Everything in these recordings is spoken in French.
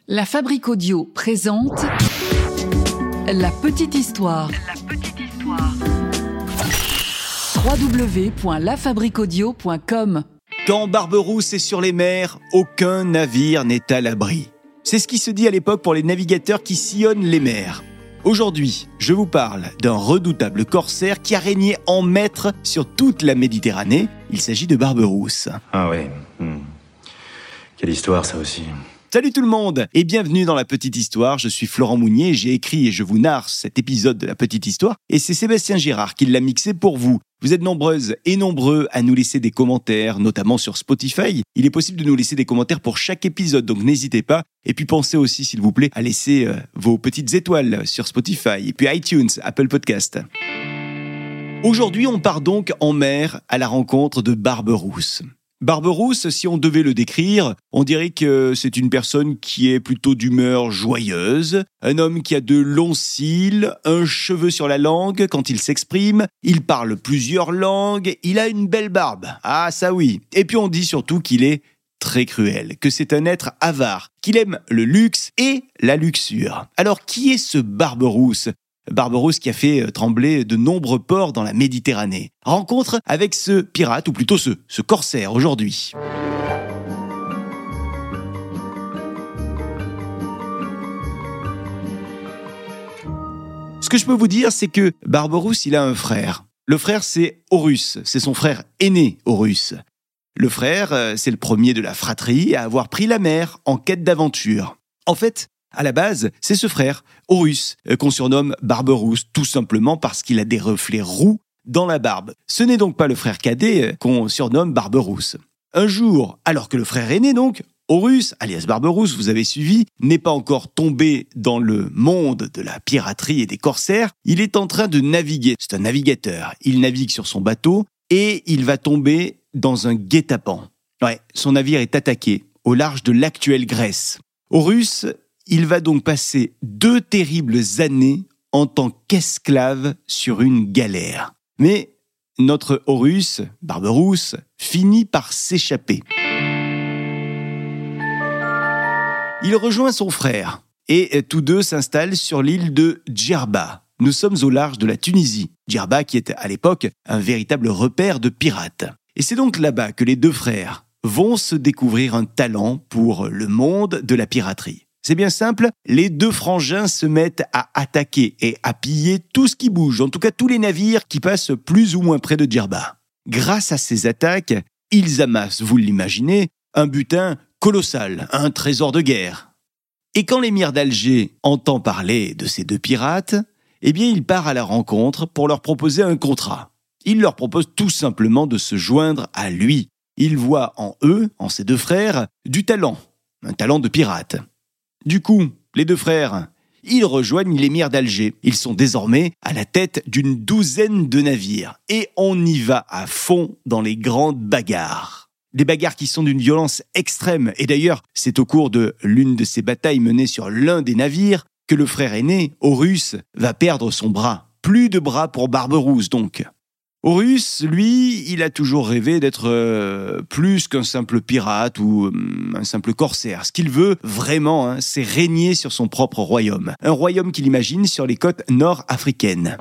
La Fabrique Audio présente La Petite Histoire. www.lafabriqueaudio.com. Quand Barberousse est sur les mers, aucun navire n'est à l'abri. C'est ce qui se dit à l'époque pour les navigateurs qui sillonnent les mers. Aujourd'hui, je vous parle d'un redoutable corsaire qui a régné en maître sur toute la Méditerranée. Il s'agit de Barberousse. Ah ouais. Quelle histoire ça aussi. Salut tout le monde et bienvenue dans La Petite Histoire. Je suis Florent Mounier, j'ai écrit et je vous narre cet épisode de La Petite Histoire et c'est Sébastien Girard qui l'a mixé pour vous. Vous êtes nombreuses et nombreux à nous laisser des commentaires, notamment sur Spotify. Il est possible de nous laisser des commentaires pour chaque épisode, donc n'hésitez pas. Et puis pensez aussi, s'il vous plaît, à laisser vos petites étoiles sur Spotify et puis iTunes, Apple Podcast. Aujourd'hui, on part donc en mer à la rencontre de Barberousse. Barberousse, si on devait le décrire, on dirait que c'est une personne qui est plutôt d'humeur joyeuse, un homme qui a de longs cils, un cheveu sur la langue quand il s'exprime, il parle plusieurs langues, il a une belle barbe, ah ça oui, et puis on dit surtout qu'il est très cruel, que c'est un être avare, qu'il aime le luxe et la luxure. Alors qui est ce Barberousse ? Barberousse qui a fait trembler de nombreux ports dans la Méditerranée. Rencontre avec ce pirate, ou plutôt ce corsaire aujourd'hui. Ce que je peux vous dire, c'est que Barberousse, il a un frère. Le frère, c'est Horus, c'est son frère aîné, Horus. Le frère, c'est le premier de la fratrie à avoir pris la mer en quête d'aventure. En fait, à la base, c'est ce frère, Horus, qu'on surnomme Barberousse, tout simplement parce qu'il a des reflets roux dans la barbe. Ce n'est donc pas le frère cadet qu'on surnomme Barberousse. Un jour, alors que le frère aîné donc, Horus, alias Barberousse, vous avez suivi, n'est pas encore tombé dans le monde de la piraterie et des corsaires, il est en train de naviguer. C'est un navigateur. Il navigue sur son bateau et il va tomber dans un guet-apens. Ouais, son navire est attaqué au large de l'actuelle Grèce. Horus, il va donc passer 2 terribles années en tant qu'esclave sur une galère. Mais notre Horus, Barberousse, finit par s'échapper. Il rejoint son frère et tous deux s'installent sur l'île de Djerba. Nous sommes au large de la Tunisie. Djerba qui est à l'époque un véritable repère de pirates. Et c'est donc là-bas que les 2 frères vont se découvrir un talent pour le monde de la piraterie. C'est bien simple, les 2 frangins se mettent à attaquer et à piller tout ce qui bouge, en tout cas tous les navires qui passent plus ou moins près de Djerba. Grâce à ces attaques, ils amassent, vous l'imaginez, un butin colossal, un trésor de guerre. Et quand l'émir d'Alger entend parler de ces 2 pirates, eh bien il part à la rencontre pour leur proposer un contrat. Il leur propose tout simplement de se joindre à lui. Il voit en eux, en ces 2 frères, du talent, un talent de pirate. Du coup, les 2 frères, ils rejoignent l'émir d'Alger. Ils sont désormais à la tête d'une 12aine de navires. Et on y va à fond dans les grandes bagarres. Des bagarres qui sont d'une violence extrême. Et d'ailleurs, c'est au cours de l'une de ces batailles menées sur l'un des navires que le frère aîné, Horus, va perdre son bras. Plus de bras pour Barberousse donc. Horus, lui, il a toujours rêvé d'être plus qu'un simple pirate ou un simple corsaire. Ce qu'il veut vraiment, c'est régner sur son propre royaume. Un royaume qu'il imagine sur les côtes nord-africaines.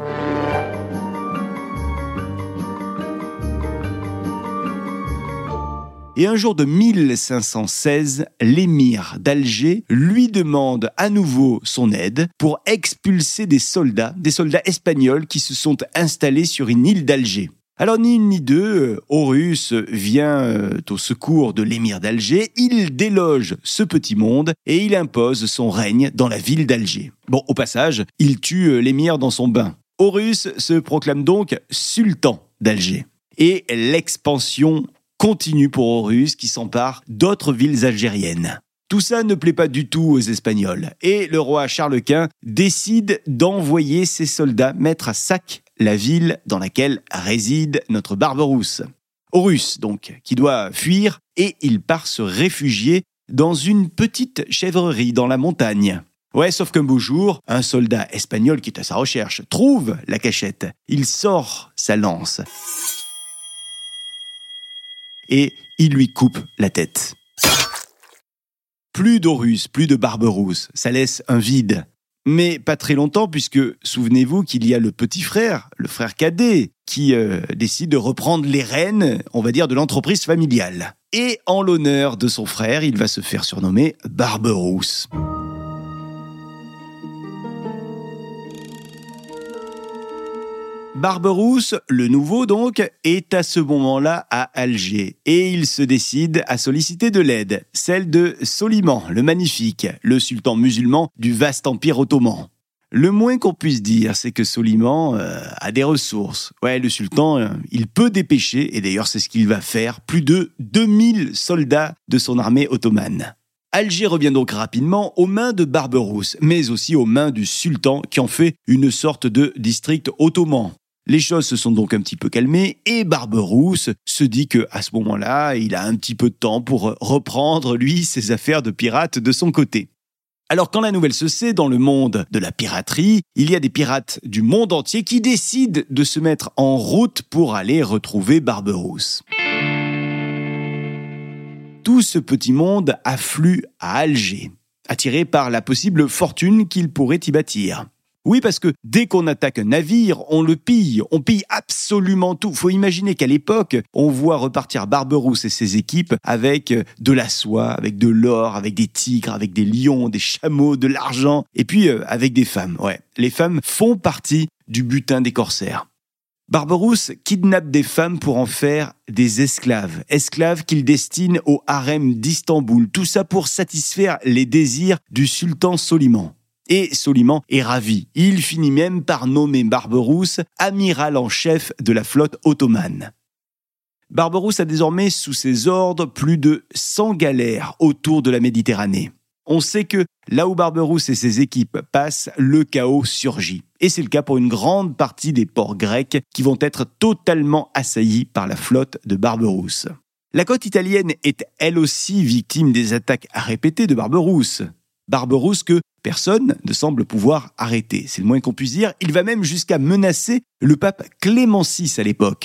Et un jour de 1516, l'émir d'Alger lui demande à nouveau son aide pour expulser des soldats espagnols qui se sont installés sur une île d'Alger. Alors ni une ni deux, Horus vient au secours de l'émir d'Alger, il déloge ce petit monde et il impose son règne dans la ville d'Alger. Bon, au passage, il tue l'émir dans son bain. Horus se proclame donc sultan d'Alger. Et l'expansion continue pour Horus qui s'empare d'autres villes algériennes. Tout ça ne plaît pas du tout aux Espagnols et le roi Charles Quint décide d'envoyer ses soldats mettre à sac la ville dans laquelle réside notre Barberousse. Horus, donc, qui doit fuir et il part se réfugier dans une petite chèvrerie dans la montagne. Ouais, sauf qu'un beau jour, un soldat espagnol qui est à sa recherche trouve la cachette. Il sort sa lance et il lui coupe la tête. plus d'Horus, plus de Barberousse. Ça laisse un vide. Mais pas très longtemps, puisque souvenez-vous qu'il y a le petit frère, le frère cadet, qui décide de reprendre les rênes, on va dire, de l'entreprise familiale. Et en l'honneur de son frère, il va se faire surnommer Barberousse. Barberousse, le nouveau donc, est à ce moment-là à Alger et il se décide à solliciter de l'aide, celle de Soliman, le Magnifique, le sultan musulman du vaste empire ottoman. Le moins qu'on puisse dire, c'est que Soliman a des ressources. Ouais, le sultan, il peut dépêcher, et d'ailleurs c'est ce qu'il va faire, plus de 2000 soldats de son armée ottomane. Alger revient donc rapidement aux mains de Barberousse, mais aussi aux mains du sultan qui en fait une sorte de district ottoman. Les choses se sont donc un petit peu calmées et Barberousse se dit qu'à ce moment-là, il a un petit peu de temps pour reprendre, lui, ses affaires de pirate de son côté. Alors quand la nouvelle se sait dans le monde de la piraterie, il y a des pirates du monde entier qui décident de se mettre en route pour aller retrouver Barberousse. Tout ce petit monde afflue à Alger, attiré par la possible fortune qu'il pourrait y bâtir. Oui, parce que dès qu'on attaque un navire, on le pille. On pille absolument tout. Faut imaginer qu'à l'époque, on voit repartir Barberousse et ses équipes avec de la soie, avec de l'or, avec des tigres, avec des lions, des chameaux, de l'argent, et puis avec des femmes. Ouais, les femmes font partie du butin des corsaires. Barberousse kidnappe des femmes pour en faire des esclaves. Esclaves qu'il destine au harem d'Istanbul. Tout ça pour satisfaire les désirs du sultan Soliman. Et Soliman est ravi. Il finit même par nommer Barberousse amiral en chef de la flotte ottomane. Barberousse a désormais sous ses ordres plus de 100 galères autour de la Méditerranée. On sait que là où Barberousse et ses équipes passent, le chaos surgit. Et c'est le cas pour une grande partie des ports grecs qui vont être totalement assaillis par la flotte de Barberousse. La côte italienne est elle aussi victime des attaques répétées de Barberousse. Barberousse que personne ne semble pouvoir arrêter. C'est le moins qu'on puisse dire. Il va même jusqu'à menacer le pape Clément VI à l'époque.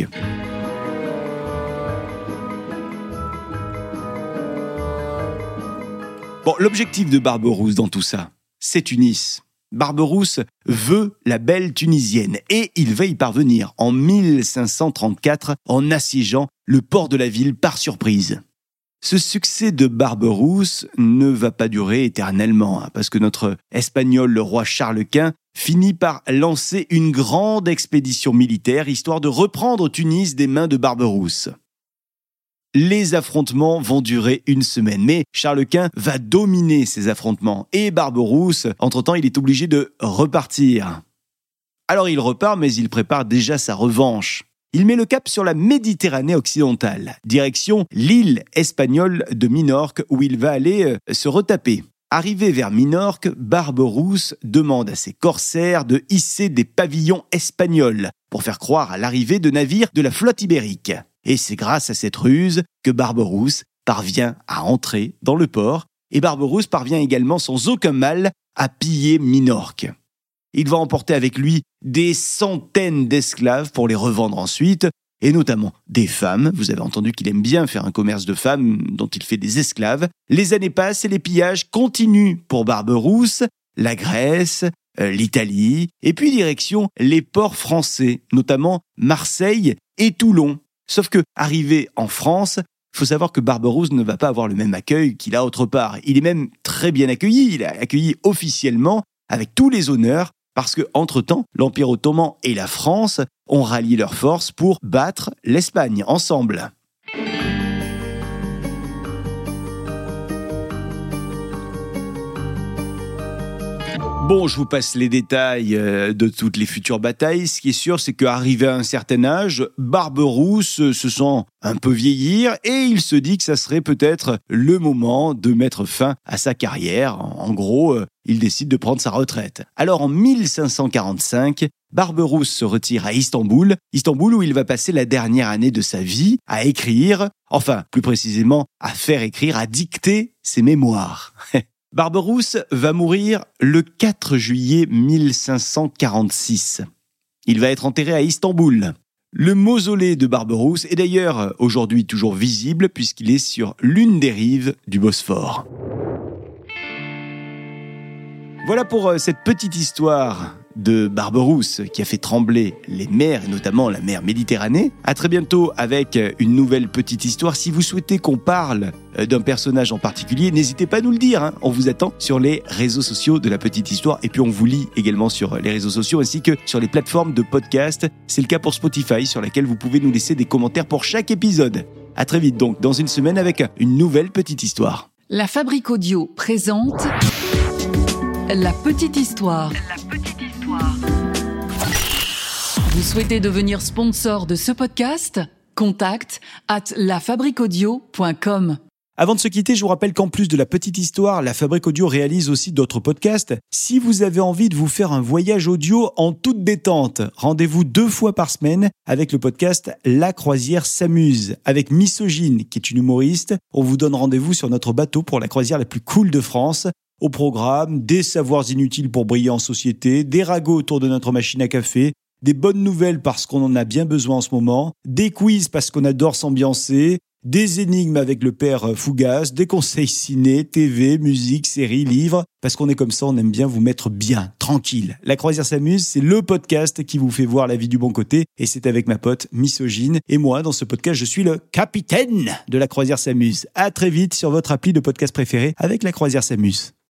Bon, l'objectif de Barberousse dans tout ça, c'est Tunis. Barberousse veut la belle tunisienne et il va y parvenir en 1534 en assiégeant le port de la ville par surprise. Ce succès de Barberousse ne va pas durer éternellement, parce que notre Espagnol, le roi Charles Quint, finit par lancer une grande expédition militaire, histoire de reprendre Tunis des mains de Barberousse. Les affrontements vont durer une semaine, mais Charles Quint va dominer ces affrontements, et Barberousse, entre-temps, il est obligé de repartir. Alors il repart, mais il prépare déjà sa revanche. Il met le cap sur la Méditerranée occidentale, direction l'île espagnole de Minorque où il va aller se retaper. Arrivé vers Minorque, Barberousse demande à ses corsaires de hisser des pavillons espagnols pour faire croire à l'arrivée de navires de la flotte ibérique. Et c'est grâce à cette ruse que Barberousse parvient à entrer dans le port et Barberousse parvient également sans aucun mal à piller Minorque. Il va emporter avec lui des centaines d'esclaves pour les revendre ensuite, et notamment des femmes. Vous avez entendu qu'il aime bien faire un commerce de femmes dont il fait des esclaves. Les années passent et les pillages continuent pour Barberousse, la Grèce, l'Italie, et puis direction les ports français, notamment Marseille et Toulon. Sauf que, arrivé en France, il faut savoir que Barberousse ne va pas avoir le même accueil qu'il a autre part. Il est même très bien accueilli, il est accueilli officiellement avec tous les honneurs, parce que, entre-temps, l'Empire ottoman et la France ont rallié leurs forces pour battre l'Espagne ensemble. Bon, je vous passe les détails de toutes les futures batailles. Ce qui est sûr, c'est qu'arrivé à un certain âge, Barberousse se sent un peu vieillir et il se dit que ça serait peut-être le moment de mettre fin à sa carrière. En gros, il décide de prendre sa retraite. Alors en 1545, Barberousse se retire à Istanbul où il va passer la dernière année de sa vie à écrire, enfin plus précisément à faire écrire, à dicter ses mémoires. Barberousse va mourir le 4 juillet 1546. Il va être enterré à Istanbul. Le mausolée de Barberousse est d'ailleurs aujourd'hui toujours visible puisqu'il est sur l'une des rives du Bosphore. Voilà pour cette petite histoire de Barberousse qui a fait trembler les mers, et notamment la mer Méditerranée. À très bientôt avec une nouvelle petite histoire. Si vous souhaitez qu'on parle d'un personnage en particulier, n'hésitez pas à nous le dire. On vous attend sur les réseaux sociaux de la petite histoire. Et puis on vous lit également sur les réseaux sociaux ainsi que sur les plateformes de podcast. C'est le cas pour Spotify sur laquelle vous pouvez nous laisser des commentaires pour chaque épisode. À très vite donc dans une semaine avec une nouvelle petite histoire. La Fabrique Audio présente La Petite Histoire. Vous souhaitez devenir sponsor de ce podcast ? Contact @lafabriqueaudio.com. Avant de se quitter, je vous rappelle qu'en plus de La Petite Histoire, La Fabrique Audio réalise aussi d'autres podcasts. Si vous avez envie de vous faire un voyage audio en toute détente, rendez-vous 2 fois par semaine avec le podcast La Croisière s'amuse, avec Misogyne, qui est une humoriste. On vous donne rendez-vous sur notre bateau pour la croisière la plus cool de France. Au programme, des savoirs inutiles pour briller en société, des ragots autour de notre machine à café, des bonnes nouvelles parce qu'on en a bien besoin en ce moment, des quiz parce qu'on adore s'ambiancer, des énigmes avec le père Fougas, des conseils ciné, TV, musique, séries, livres. Parce qu'on est comme ça, on aime bien vous mettre bien, tranquille. La Croisière s'amuse, c'est le podcast qui vous fait voir la vie du bon côté. Et c'est avec ma pote Misogyne. Et moi, dans ce podcast, je suis le capitaine de La Croisière s'amuse. À très vite sur votre appli de podcast préféré avec La Croisière s'amuse.